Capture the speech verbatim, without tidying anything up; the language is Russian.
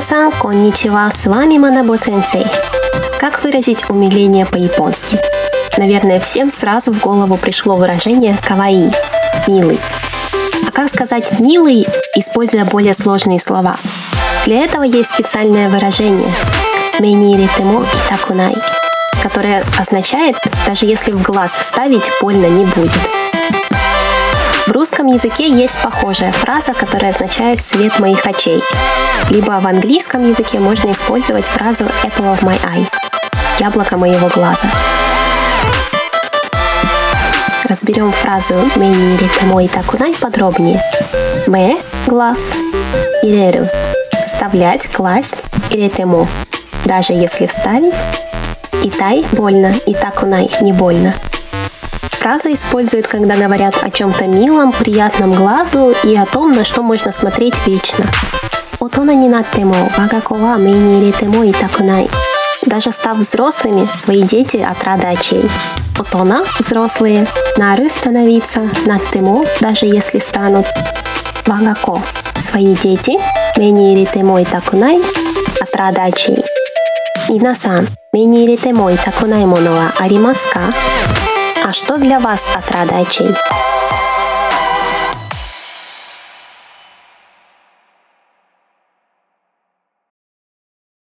Минасан, конничева, с вами Манабо-сенсей. Как выразить умиление по-японски? Наверное, всем сразу в голову пришло выражение «каваи» – «милый». А как сказать «милый», используя более сложные слова? Для этого есть специальное выражение «мэни ритемо и такунай», которое означает, даже если в глаз вставить, больно не будет. В русском языке есть похожая фраза, которая означает «свет моих очей». Либо в английском языке можно использовать фразу «apple of my eye» – «яблоко моего глаза». Разберем фразу «мэни ритемо и такунай» подробнее. «Мэ» – глаз, «иреру» – вставлять, класть, «иритемо» – даже если вставить, «итай» – больно, и «такунай» – не больно. Фразу используют, когда говорят о чем-то милом, приятном глазу и о том, на что можно смотреть вечно. «Отона ни наттемо, вагако ва мэни ритемо и такунай». Даже став взрослыми, свои дети отрада очей. «Отона» – взрослые, «нару» – становиться, «наттемо» – даже если станут. «Вагако» – свои дети, «мэни ритемо и такунай» – отрада очей. «Минасан, мэни ритемо и такунай моно ва аримасу ка?» А что для вас отрада очей?